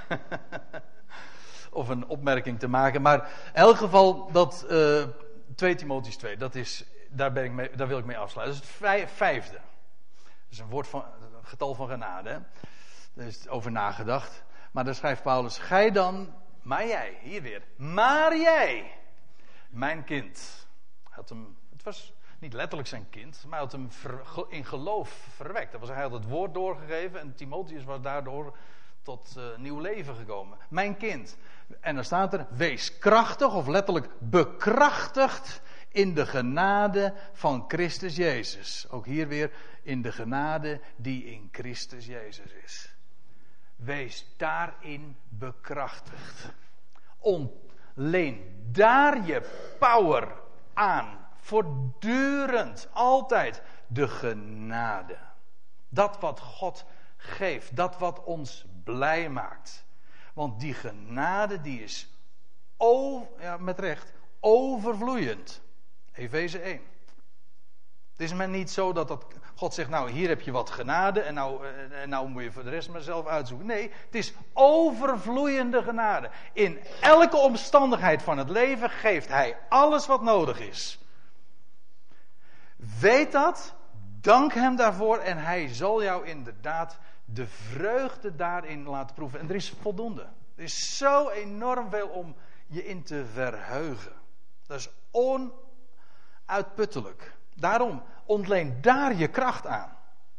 Of een opmerking te maken. Maar in elk geval, dat uh, twee Timotheüs twee, dat is, daar, ben ik mee, daar wil ik mee afsluiten. Dat is het vij, vijfde. Dat is een woord van, een getal van genade. Hè? Daar is over nagedacht. Maar daar schrijft Paulus, gij dan, maar jij, hier weer. Maar jij, mijn kind. Hij had hem, het was niet letterlijk zijn kind, maar hij had hem ver, in geloof verwekt. Dat was, hij had het woord doorgegeven en Timotheüs was daardoor tot uh, nieuw leven gekomen. Mijn kind. En dan staat er, wees krachtig of letterlijk bekrachtigd in de genade van Christus Jezus. Ook hier weer in de genade die in Christus Jezus is. Wees daarin bekrachtigd. Ontleen daar je power aan. Voortdurend, altijd de genade. Dat wat God geeft, dat wat ons blij maakt. Want die genade die is over, ja, met recht overvloeiend. Efeze één. Het is maar niet zo dat, dat God zegt, nou hier heb je wat genade en nou, en nou moet je voor de rest maar zelf uitzoeken. Nee, het is overvloeiende genade. In elke omstandigheid van het leven geeft Hij alles wat nodig is. Weet dat, dank Hem daarvoor en Hij zal jou inderdaad de vreugde daarin laten proeven. En er is voldoende. Er is zo enorm veel om je in te verheugen. Dat is onuitputtelijk. Daarom, ontleen daar je kracht aan.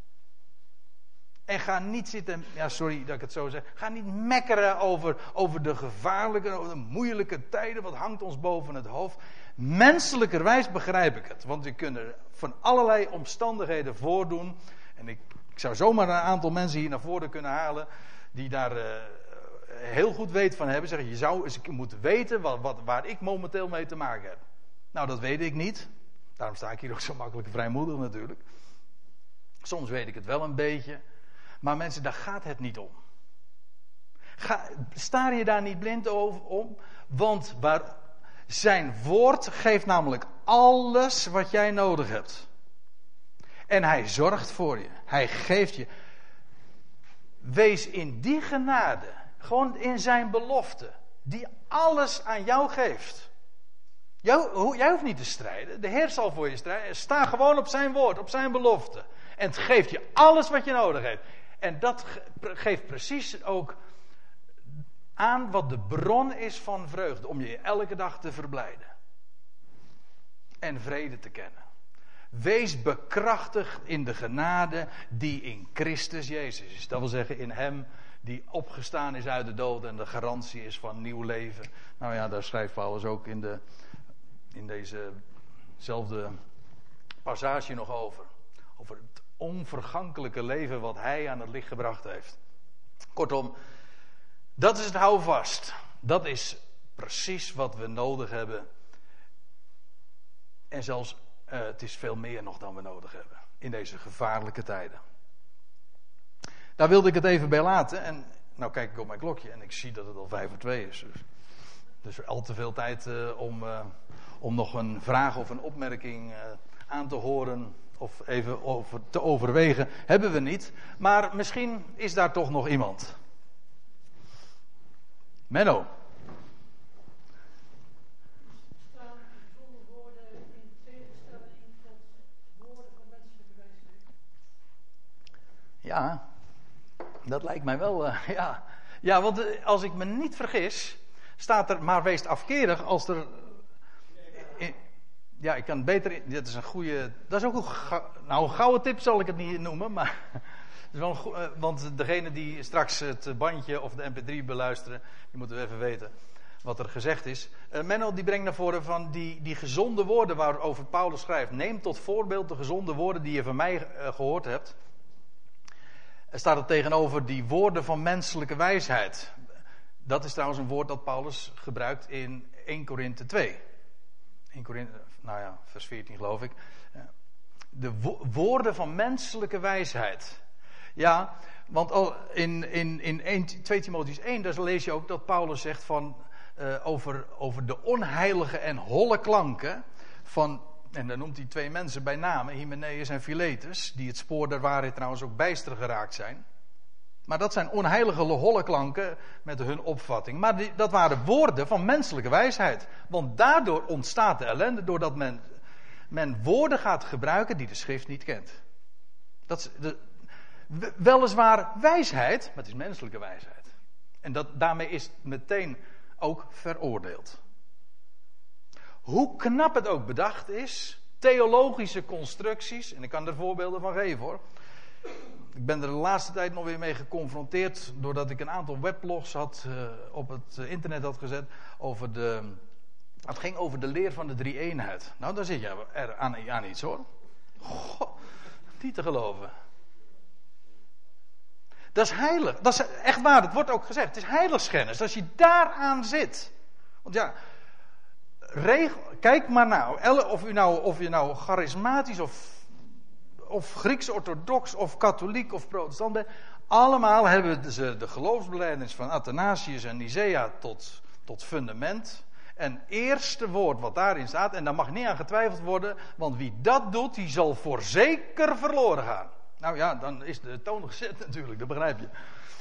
En ga niet zitten, ja sorry dat ik het zo zeg, ga niet mekkeren over, over de gevaarlijke, over de moeilijke tijden, wat hangt ons boven het hoofd. Menselijkerwijs begrijp ik het, want we kunnen van allerlei omstandigheden voordoen. En ik, ik zou zomaar een aantal mensen hier naar voren kunnen halen, die daar uh, heel goed weet van hebben. Zeggen, je zou eens moeten weten wat, wat, waar ik momenteel mee te maken heb. Nou, dat weet ik niet. Daarom sta ik hier ook zo makkelijk vrijmoedig natuurlijk. Soms weet ik het wel een beetje. Maar mensen, daar gaat het niet om. Ga, staar je daar niet blind over om. Want waar, zijn woord geeft namelijk alles wat jij nodig hebt. En hij zorgt voor je. Hij geeft je. Wees in die genade. Gewoon in zijn belofte. Die alles aan jou geeft. Jou, jij hoeft niet te strijden. De Heer zal voor je strijden. Sta gewoon op zijn woord, op zijn belofte. En het geeft je alles wat je nodig hebt. En dat geeft precies ook aan wat de bron is van vreugde. Om je elke dag te verblijden. En vrede te kennen. Wees bekrachtigd in de genade die in Christus Jezus is. Dat wil zeggen in hem die opgestaan is uit de dood en de garantie is van nieuw leven. Nou ja, daar schrijft Paulus ook in, de, in dezezelfde passage nog over. Over het onvergankelijke leven wat hij aan het licht gebracht heeft. Kortom, dat is het houvast. Dat is precies wat we nodig hebben. En zelfs, uh, het is veel meer nog dan we nodig hebben. In deze gevaarlijke tijden. Daar wilde ik het even bij laten. En nou kijk ik op mijn klokje en ik zie dat het al vijf voor twee is. Dus, dus al te veel tijd uh, om, uh, om nog een vraag of een opmerking uh, aan te horen of even over te overwegen, hebben we niet. Maar misschien is daar toch nog iemand. Menno. Staan zonder woorden in tegenstelling tot woorden van menselijke wijsheid? Ja, dat lijkt mij wel, uh, ja. Ja, want uh, als ik me niet vergis, staat er maar wees afkerig als er... In, ja, ik kan beter... Dit is een goede... Dat is ook een... Ga, nou, een gouden tip zal ik het niet noemen, maar... Is wel een go- uh, want degene die straks het bandje of de M P drie beluisteren, die moeten we even weten wat er gezegd is. Uh, Menno die brengt naar voren van die, die gezonde woorden waarover Paulus schrijft. Neem tot voorbeeld de gezonde woorden die je van mij uh, gehoord hebt. Er staat er tegenover die woorden van menselijke wijsheid. Dat is trouwens een woord dat Paulus gebruikt in Eerste Korinthe twee. Eerste Korinthe, nou ja, vers veertien geloof ik. De wo- woorden van menselijke wijsheid. Ja, want al in, in, in twee Timotheüs één, daar lees je ook dat Paulus zegt van, uh, over, over de onheilige en holle klanken van, en dan noemt hij twee mensen bij name, Hymenaeus en Philetus, die het spoor der waarheid trouwens ook bijster geraakt zijn. Maar dat zijn onheilige holle klanken met hun opvatting. Maar die, dat waren woorden van menselijke wijsheid. Want daardoor ontstaat de ellende, doordat men, men woorden gaat gebruiken die de schrift niet kent. Dat is de, weliswaar wijsheid, maar het is menselijke wijsheid. En dat, daarmee is het meteen ook veroordeeld. Hoe knap het ook bedacht is, theologische constructies, en ik kan er voorbeelden van geven hoor. Ik ben er de laatste tijd nog weer mee geconfronteerd, doordat ik een aantal weblogs had, uh, op het internet had gezet, over de, het ging over de leer van de drie-eenheid. Nou, daar zit je er aan, aan iets hoor. Goh, niet te geloven. Dat is heilig. Dat is echt waar, het wordt ook gezegd. Het is heiligschennis. Als je daaraan zit. Want ja, regel, kijk maar nou. Of je nou, of je nou charismatisch of, of Grieks-orthodox of katholiek of protestant bent. Allemaal hebben ze de geloofsbelijdenis van Athanasius en Nicea tot, tot fundament. En eerste woord wat daarin staat. En daar mag niet aan getwijfeld worden. Want wie dat doet, die zal voorzeker verloren gaan. Nou ja, dan is de toon gezet natuurlijk, dat begrijp je.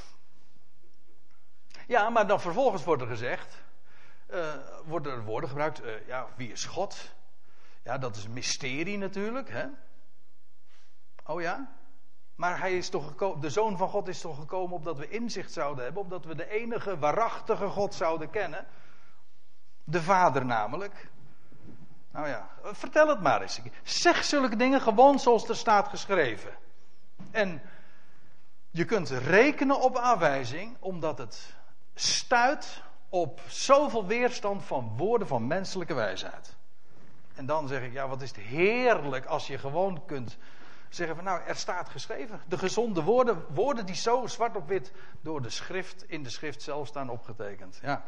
Ja, maar dan vervolgens wordt er gezegd, uh, worden er woorden gebruikt, uh, ja, wie is God? Ja, dat is een mysterie natuurlijk, hè? Oh ja? Maar hij is toch gekomen, de Zoon van God is toch gekomen opdat we inzicht zouden hebben, opdat we de enige waarachtige God zouden kennen. De Vader namelijk. Nou ja, vertel het maar eens. Zeg zulke dingen gewoon zoals er staat geschreven. En je kunt rekenen op aanwijzing, omdat het stuit op zoveel weerstand van woorden van menselijke wijsheid. En dan zeg ik, ja, wat is het heerlijk als je gewoon kunt zeggen van, nou, er staat geschreven. De gezonde woorden, woorden die zo zwart op wit door de schrift, in de schrift zelf staan opgetekend. Ja.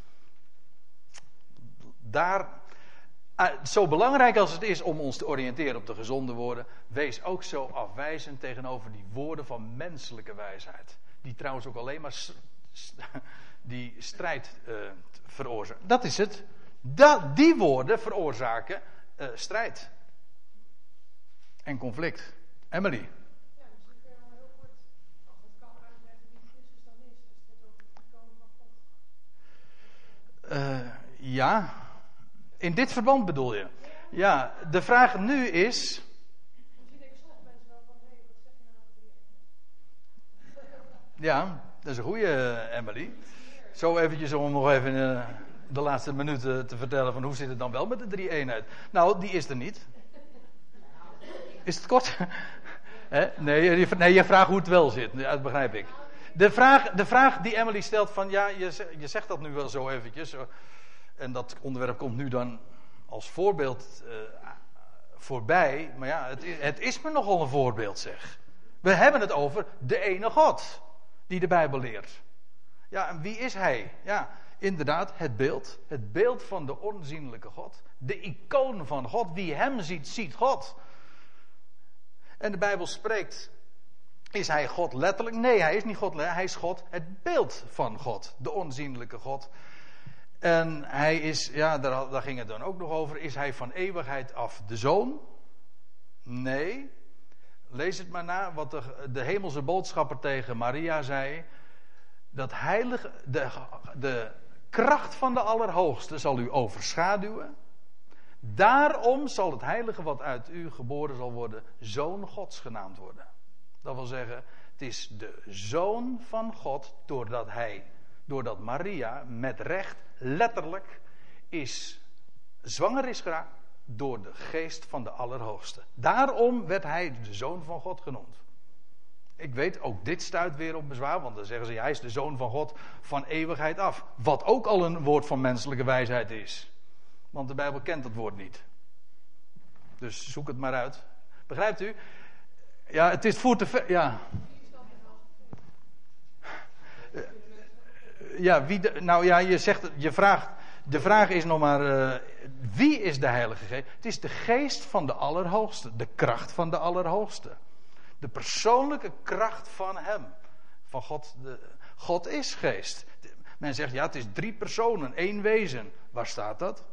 Daar... Uh, zo belangrijk als het is om ons te oriënteren op de gezonde woorden, wees ook zo afwijzend tegenover die woorden van menselijke wijsheid. Die trouwens ook alleen maar st- st- die strijd uh, veroorzaken. Dat is het. Da- die woorden veroorzaken uh, strijd. En conflict. Emily. Ja, misschien kun je wel heel kort, als het kan, uitleggen wie Christus dan is. Is dit ook de koning van God? Uh, ja... In dit verband bedoel je? Ja, de vraag nu is... Misschien denken sommige mensen wel van, hé, wat zeg je nou over die? Ja, dat is een goede, Emily. Zo eventjes om nog even uh, de laatste minuten te vertellen van hoe zit het dan wel met de drie-eenheid. Nou, die is er niet. Is het kort? He? Nee, je, nee, je vraagt hoe het wel zit. Ja, dat begrijp ik. De vraag, de vraag die Emily stelt van, ja, je, je zegt dat nu wel zo eventjes... En dat onderwerp komt nu dan als voorbeeld uh, voorbij. Maar ja, het is, het is me nogal een voorbeeld, zeg. We hebben het over de ene God die de Bijbel leert. Ja, en wie is hij? Ja, inderdaad, het beeld. Het beeld van de onzienlijke God. De icoon van God. Wie hem ziet, ziet God. En de Bijbel spreekt... Is hij God letterlijk? Nee, hij is niet God letterlijk. Hij is God, het beeld van God. De onzienlijke God. En hij is, ja, daar, daar ging het dan ook nog over. Is hij van eeuwigheid af de zoon? Nee. Lees het maar na wat de, de hemelse boodschapper tegen Maria zei. Dat heilige, de, de kracht van de Allerhoogste zal u overschaduwen. Daarom zal het heilige wat uit u geboren zal worden, zoon Gods genaamd worden. Dat wil zeggen, het is de zoon van God, doordat hij, doordat Maria met recht letterlijk is zwanger is geraakt door de geest van de Allerhoogste. Daarom werd hij de zoon van God genoemd. Ik weet, ook dit stuit weer op bezwaar, want dan zeggen ze, ja, hij is de zoon van God van eeuwigheid af. Wat ook al een woord van menselijke wijsheid is. Want de Bijbel kent dat woord niet. Dus zoek het maar uit. Begrijpt u? Ja, het is voor te ver. Ja. Ja, wie de, nou ja, je zegt, je vraagt, de vraag is nog maar, uh, wie is de Heilige Geest? Het is de geest van de Allerhoogste, de kracht van de Allerhoogste. De persoonlijke kracht van hem. Van God, de, God is geest. Men zegt, ja, het is drie personen, één wezen. Waar staat dat?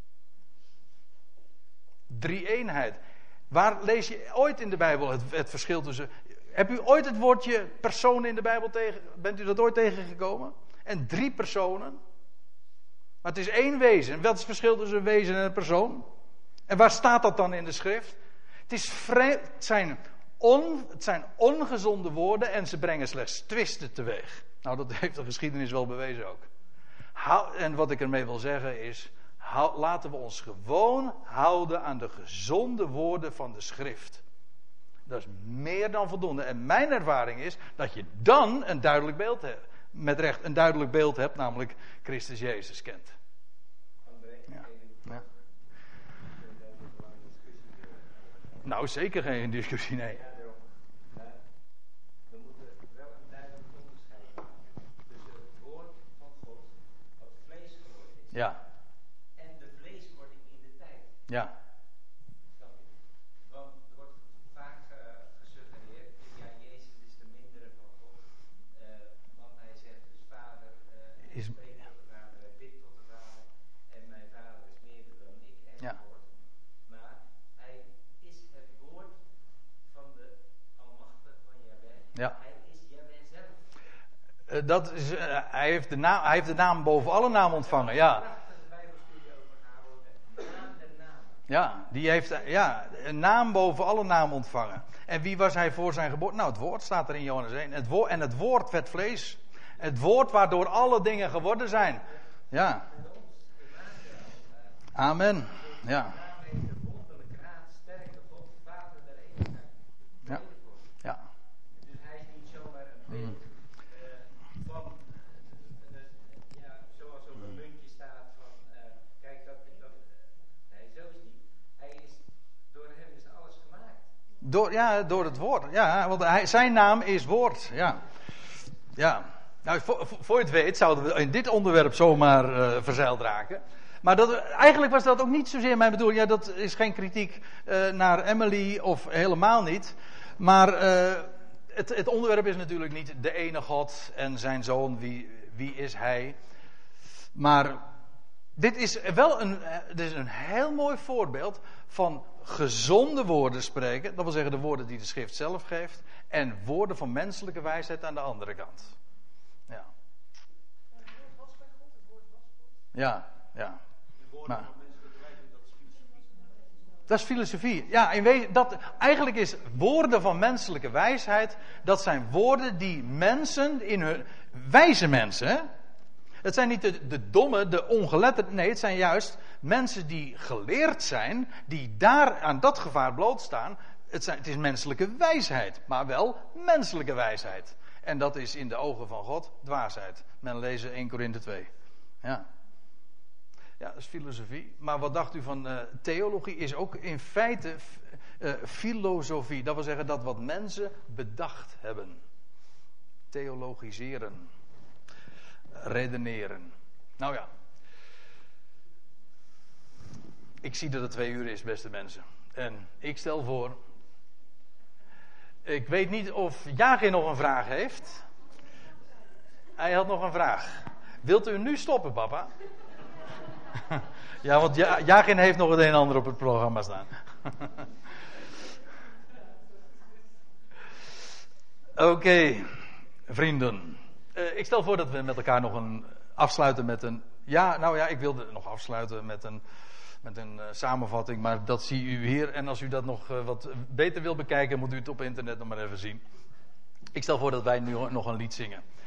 Drie-eenheid. Waar lees je ooit in de Bijbel het, het verschil tussen... Heb u ooit het woordje personen in de Bijbel tegen... Bent u dat ooit tegengekomen? En drie personen? Maar het is één wezen. Wat is het verschil tussen een wezen en een persoon? En waar staat dat dan in de schrift? Het, is vrij, het, zijn, on, het zijn ongezonde woorden en ze brengen slechts twisten teweeg. Nou, dat heeft de geschiedenis wel bewezen ook. Hou, en wat ik ermee wil zeggen is... Hou, laten we ons gewoon houden aan de gezonde woorden van de schrift. Dat is meer dan voldoende. En mijn ervaring is dat je dan een duidelijk beeld hebt. Met recht een duidelijk beeld hebt, namelijk Christus Jezus kent. Ja. Ja. Nou, zeker geen discussie, nee. We moeten wel een duidelijk onderscheid maken tussen het woord van God, wat vlees geworden is, Ja. en de vleeswording in de tijd. Ja. Snap je? Want er wordt vaak uh, gesuggereerd, ja, Jezus is de mindere van God. Uh, want hij zegt dus, Vader, uh, Is- spreek tot de Vader, hij bidt tot de Vader. En mijn Vader is meerder dan ik Ja. enzovoort. Maar hij is het woord van de Almachtige van Jahweh. Ja. Hij is Jahweh zelf. Uh, dat is, uh, hij, heeft de naam, hij heeft de naam boven alle naam ontvangen, ja. Prachtige Bijbelstudie over gehouden. Naam der namen. Ja, die heeft uh, ja, een naam boven alle naam ontvangen. En wie was hij voor zijn geboorte? Nou, het woord staat er in Johannes één. Het woord, en het woord werd vlees. Het woord waardoor alle dingen geworden zijn. Ja. Amen. Ja. Naam heeft de wonderlijke raad, sterke God, Vader der eeuwigheid. Ja. Ja. Dus hij is niet zomaar een beeld eh, van, eh, eh, ja, zoals op een muntje staat van, eh, kijk, dat, dat, nee, zo is het niet. Hij is, door hem is alles gemaakt. Door, ja, door het woord. Ja, want hij, zijn naam is woord. Ja. Ja. Nou, voor, voor je het weet zouden we in dit onderwerp zomaar uh, verzeild raken. Maar dat, eigenlijk was dat ook niet zozeer mijn bedoeling. Ja, dat is geen kritiek uh, naar Emily of helemaal niet. Maar uh, het, het onderwerp is natuurlijk niet de ene God en zijn zoon. Wie, wie is hij? Maar dit is wel een, dit is een heel mooi voorbeeld van gezonde woorden spreken. Dat wil zeggen de woorden die de schrift zelf geeft. En woorden van menselijke wijsheid aan de andere kant. Ja. Het woord was bij God, het woord was God. Ja, ja. De woorden Maar- van menselijke wijsheid, dat is filosofie. Dat is filosofie. Ja, in wezen, dat, eigenlijk is woorden van menselijke wijsheid, dat zijn woorden die mensen in hun... Wijze mensen, hè? Het zijn niet de, de domme, de ongeletterden. Nee, het zijn juist mensen die geleerd zijn, die daar aan dat gevaar blootstaan. Het, zijn, het is menselijke wijsheid, maar wel menselijke wijsheid. En dat is in de ogen van God dwaasheid. Men leest één Korinthe twee. Ja. Ja, dat is filosofie. Maar wat dacht u van uh, theologie? Is ook in feite uh, filosofie. Dat wil zeggen dat wat mensen bedacht hebben. Theologiseren. Redeneren. Nou ja. Ik zie dat het twee uur is, beste mensen. En ik stel voor... Ik weet niet of Jagin nog een vraag heeft. Hij had nog een vraag. Wilt u nu stoppen, papa? Ja, want ja, Jagin heeft nog het een en ander op het programma staan. Oké, okay, vrienden. Uh, ik stel voor dat we met elkaar nog een afsluiten met een... Ja, nou ja, ik wilde nog afsluiten met een, met een uh, samenvatting, maar dat zie u hier. En als u dat nog uh, wat beter wil bekijken, moet u het op internet nog maar even zien. Ik stel voor dat wij nu nog een lied zingen.